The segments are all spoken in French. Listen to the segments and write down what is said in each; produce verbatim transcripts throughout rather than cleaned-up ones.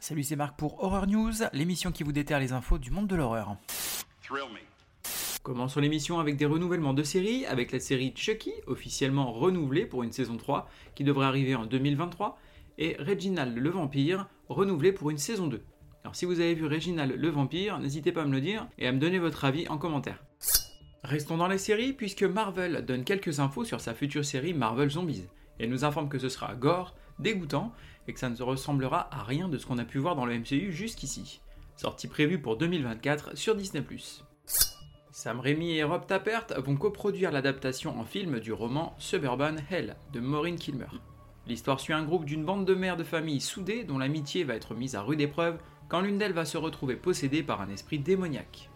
Salut, c'est Marc pour Horror News, l'émission qui vous déterre les infos du monde de l'horreur. Commençons l'émission avec des renouvellements de séries, avec la série Chucky, officiellement renouvelée pour une saison trois, qui devrait arriver en deux mille vingt-trois, et Reginald le Vampire, renouvelé pour une saison deux. Alors si vous avez vu Reginald le Vampire, n'hésitez pas à me le dire et à me donner votre avis en commentaire. Restons dans les séries, puisque Marvel donne quelques infos sur sa future série Marvel Zombies, et nous informe que ce sera gore, dégoûtant, et que ça ne se ressemblera à rien de ce qu'on a pu voir dans le M C U jusqu'ici. Sortie prévue pour deux mille vingt-quatre sur Disney plus. Sam Raimi et Rob Tappert vont coproduire l'adaptation en film du roman Suburban Hell de Maureen Kilmer. L'histoire suit un groupe d'une bande de mères de famille soudées dont l'amitié va être mise à rude épreuve quand l'une d'elles va se retrouver possédée par un esprit démoniaque.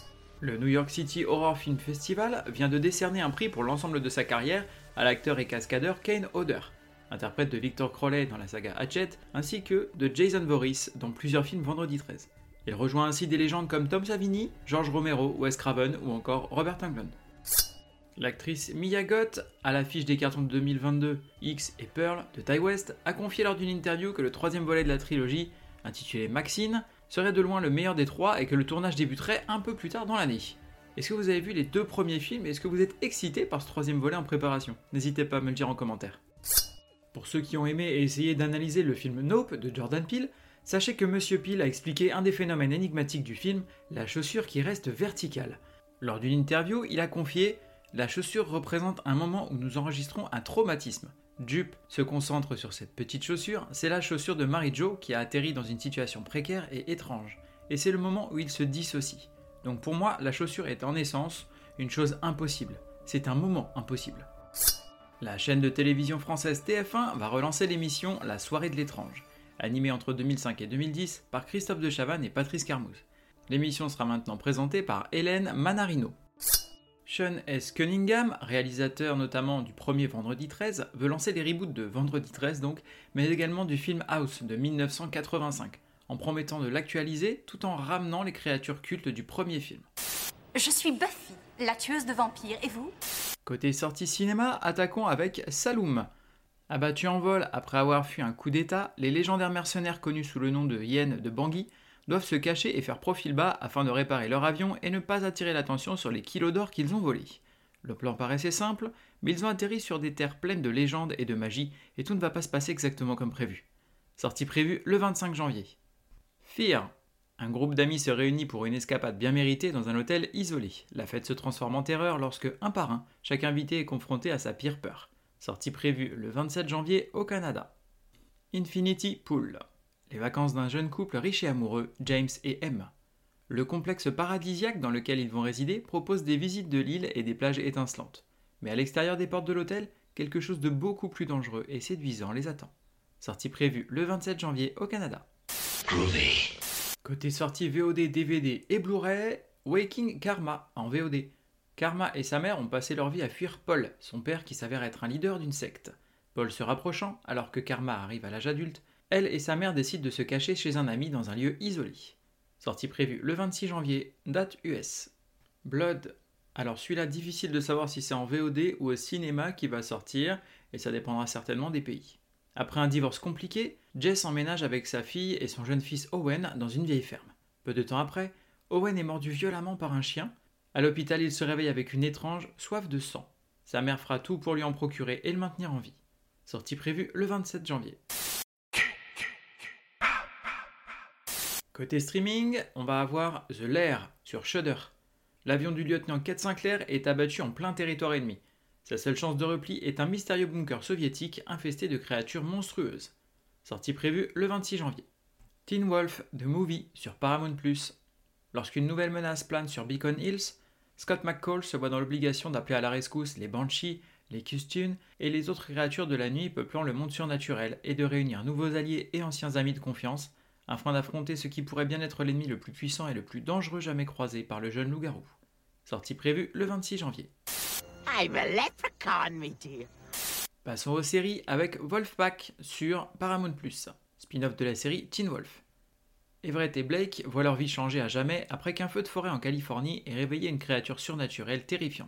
Le New York City Horror Film Festival vient de décerner un prix pour l'ensemble de sa carrière à l'acteur et cascadeur Kane Hodder, interprète de Victor Crowley dans la saga Hatchet, ainsi que de Jason Voorhees dans plusieurs films Vendredi treize. Il rejoint ainsi des légendes comme Tom Savini, George Romero, Wes Craven ou encore Robert Englund. L'actrice Mia Goth, à l'affiche des cartons de deux mille vingt-deux, X et Pearl de Ty West, a confié lors d'une interview que le troisième volet de la trilogie, intitulé Maxine, serait de loin le meilleur des trois et que le tournage débuterait un peu plus tard dans l'année. Est-ce que vous avez vu les deux premiers films et est-ce que vous êtes excité par ce troisième volet en préparation? N'hésitez pas à me le dire en commentaire. Pour ceux qui ont aimé et essayé d'analyser le film Nope de Jordan Peele, sachez que Monsieur Peele a expliqué un des phénomènes énigmatiques du film, la chaussure qui reste verticale. Lors d'une interview, il a confié « La chaussure représente un moment où nous enregistrons un traumatisme. Jupe se concentre sur cette petite chaussure, c'est la chaussure de Mary Jo qui a atterri dans une situation précaire et étrange, et c'est le moment où il se dissocie. Donc pour moi, la chaussure est en essence une chose impossible. C'est un moment impossible. » La chaîne de télévision française T F un va relancer l'émission La Soirée de l'étrange, animée entre deux mille cinq et deux mille dix par Christophe de Chavannes et Patrice Carmouze. L'émission sera maintenant présentée par Hélène Manarino. Sean S. Cunningham, réalisateur notamment du premier Vendredi treize, veut lancer les reboots de Vendredi treize donc, mais également du film House de mille neuf cent quatre-vingt-cinq, en promettant de l'actualiser tout en ramenant les créatures cultes du premier film. Je suis Buffy, la tueuse de vampires, et vous ? Côté sortie cinéma, attaquons avec Saloum. Abattus en vol après avoir fui un coup d'état, les légendaires mercenaires connus sous le nom de hyènes de Bangui doivent se cacher et faire profil bas afin de réparer leur avion et ne pas attirer l'attention sur les kilos d'or qu'ils ont volés. Le plan paraissait simple, mais ils ont atterri sur des terres pleines de légendes et de magie et tout ne va pas se passer exactement comme prévu. Sortie prévue le vingt-cinq janvier. Fear. Un groupe d'amis se réunit pour une escapade bien méritée dans un hôtel isolé. La fête se transforme en terreur lorsque, un par un, chaque invité est confronté à sa pire peur. Sortie prévue le vingt-sept janvier au Canada. Infinity Pool. Les vacances d'un jeune couple riche et amoureux, James et Emma. Le complexe paradisiaque dans lequel ils vont résider propose des visites de l'île et des plages étincelantes. Mais à l'extérieur des portes de l'hôtel, quelque chose de beaucoup plus dangereux et séduisant les attend. Sortie prévue le vingt-sept janvier au Canada. Groovy. Côté sortie V O D, D V D et Blu-ray, Waking Karma en V O D. Karma et sa mère ont passé leur vie à fuir Paul, son père qui s'avère être un leader d'une secte. Paul se rapprochant, alors que Karma arrive à l'âge adulte, elle et sa mère décident de se cacher chez un ami dans un lieu isolé. Sortie prévue le vingt-six janvier, date U S. Blood. Alors celui-là, difficile de savoir si c'est en V O D ou au cinéma qui va sortir, et ça dépendra certainement des pays. Après un divorce compliqué, Jess emménage avec sa fille et son jeune fils Owen dans une vieille ferme. Peu de temps après, Owen est mordu violemment par un chien. À l'hôpital, il se réveille avec une étrange soif de sang. Sa mère fera tout pour lui en procurer et le maintenir en vie. Sortie prévue le vingt-sept janvier. Côté streaming, on va avoir The Lair sur Shudder. L'avion du lieutenant Kate Sinclair est abattu en plein territoire ennemi. Sa seule chance de repli est un mystérieux bunker soviétique infesté de créatures monstrueuses. Sortie prévue le vingt-six janvier. Teen Wolf The Movie sur Paramount plus. Lorsqu'une nouvelle menace plane sur Beacon Hills, Scott McCall se voit dans l'obligation d'appeler à la rescousse les Banshees, les Kustuns et les autres créatures de la nuit peuplant le monde surnaturel et de réunir nouveaux alliés et anciens amis de confiance afin d'affronter ce qui pourrait bien être l'ennemi le plus puissant et le plus dangereux jamais croisé par le jeune loup-garou. Sortie prévue le vingt-six janvier. I'm a leprechaun, me dear. Passons aux séries avec Wolfpack sur Paramount plus, spin-off de la série Teen Wolf. Everett et Blake voient leur vie changer à jamais après qu'un feu de forêt en Californie ait réveillé une créature surnaturelle terrifiante.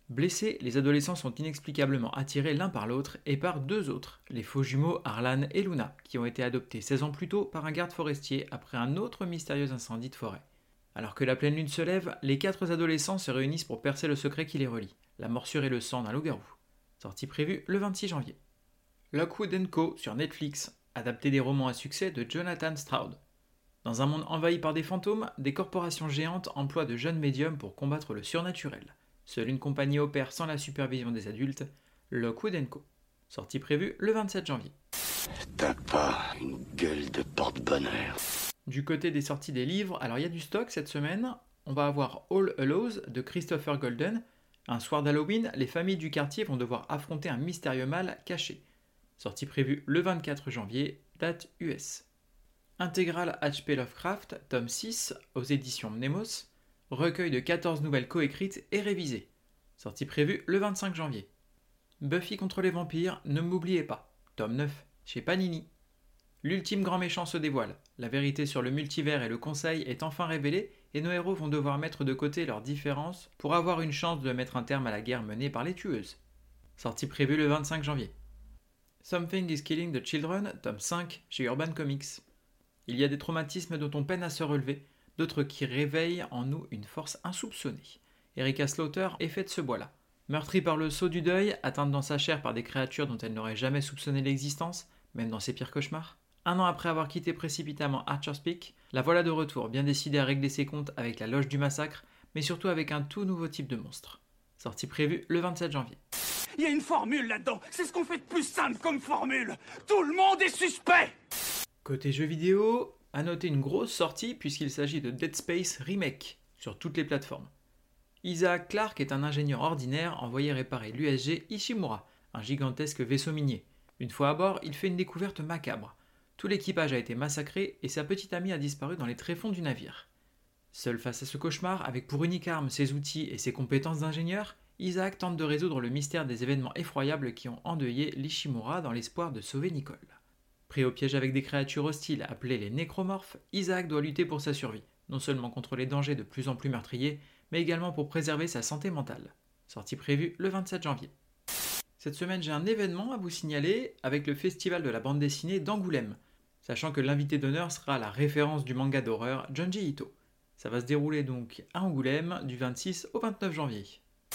Blessés, les adolescents sont inexplicablement attirés l'un par l'autre et par deux autres, les faux jumeaux Harlan et Luna, qui ont été adoptés seize ans plus tôt par un garde forestier après un autre mystérieux incendie de forêt. Alors que la pleine lune se lève, les quatre adolescents se réunissent pour percer le secret qui les relie, la morsure et le sang d'un loup-garou. Sortie prévue le vingt-six janvier. Lockwood and Co sur Netflix, adapté des romans à succès de Jonathan Stroud. Dans un monde envahi par des fantômes, des corporations géantes emploient de jeunes médiums pour combattre le surnaturel. Seule une compagnie opère sans la supervision des adultes, Lockwood and Co. Sortie prévue le vingt-sept janvier. T'as pas une gueule de porte-bonheur. Du côté des sorties des livres, alors il y a du stock cette semaine. On va avoir All Hallows de Christopher Golden. Un soir d'Halloween, les familles du quartier vont devoir affronter un mystérieux mal caché. Sortie prévue le vingt-quatre janvier, date U S. Intégrale H P Lovecraft, tome six, aux éditions Mnemos. Recueil de quatorze nouvelles coécrites et révisées. Sortie prévue le vingt-cinq janvier. Buffy contre les vampires, ne m'oubliez pas. Tome neuf, chez Panini. L'ultime grand méchant se dévoile. La vérité sur le multivers et le conseil est enfin révélée et nos héros vont devoir mettre de côté leurs différences pour avoir une chance de mettre un terme à la guerre menée par les tueuses. Sortie prévue le vingt-cinq janvier. Something is Killing the Children, tome cinq, chez Urban Comics. Il y a des traumatismes dont on peine à se relever, d'autres qui réveillent en nous une force insoupçonnée. Erika Slaughter est faite de ce bois-là. Meurtrie par le sceau du deuil, atteinte dans sa chair par des créatures dont elle n'aurait jamais soupçonné l'existence, même dans ses pires cauchemars. Un an après avoir quitté précipitamment Archer's Peak, la voilà de retour, bien décidée à régler ses comptes avec la loge du massacre, mais surtout avec un tout nouveau type de monstre. Sortie prévue le vingt-sept janvier. Il y a une formule là-dedans, c'est ce qu'on fait de plus simple comme formule. Tout le monde est suspect. Côté jeux vidéo, à noter une grosse sortie puisqu'il s'agit de Dead Space Remake sur toutes les plateformes. Isaac Clarke est un ingénieur ordinaire envoyé réparer l'U S G Ishimura, un gigantesque vaisseau minier. Une fois à bord, il fait une découverte macabre. Tout l'équipage a été massacré et sa petite amie a disparu dans les tréfonds du navire. Seul face à ce cauchemar, avec pour unique arme ses outils et ses compétences d'ingénieur, Isaac tente de résoudre le mystère des événements effroyables qui ont endeuillé l'Ishimura dans l'espoir de sauver Nicole. Pris au piège avec des créatures hostiles appelées les nécromorphes, Isaac doit lutter pour sa survie, non seulement contre les dangers de plus en plus meurtriers, mais également pour préserver sa santé mentale. Sortie prévue le vingt-sept janvier. Cette semaine, j'ai un événement à vous signaler avec le festival de la bande dessinée d'Angoulême, sachant que l'invité d'honneur sera la référence du manga d'horreur Junji Ito. Ça va se dérouler donc à Angoulême du vingt-six au vingt-neuf janvier.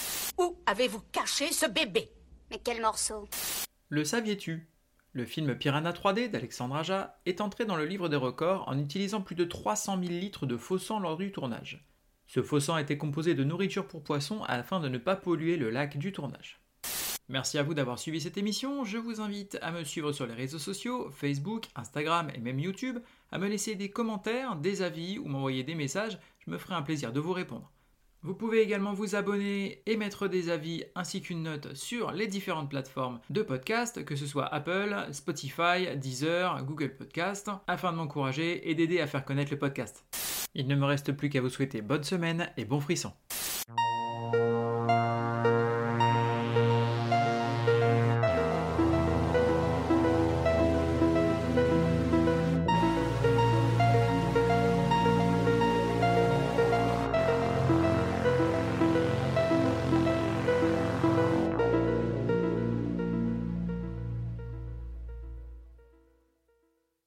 Où avez-vous caché ce bébé? Mais quel morceau? Le saviez-tu? Le film Piranha trois D d'Alexandre Aja est entré dans le livre des records en utilisant plus de trois cent mille litres de faux sang lors du tournage. Ce faux sang était composé de nourriture pour poissons afin de ne pas polluer le lac du tournage. Merci à vous d'avoir suivi cette émission, je vous invite à me suivre sur les réseaux sociaux, Facebook, Instagram et même YouTube, à me laisser des commentaires, des avis ou m'envoyer des messages, je me ferai un plaisir de vous répondre. Vous pouvez également vous abonner et mettre des avis ainsi qu'une note sur les différentes plateformes de podcast, que ce soit Apple, Spotify, Deezer, Google Podcast, afin de m'encourager et d'aider à faire connaître le podcast. Il ne me reste plus qu'à vous souhaiter bonne semaine et bon frisson.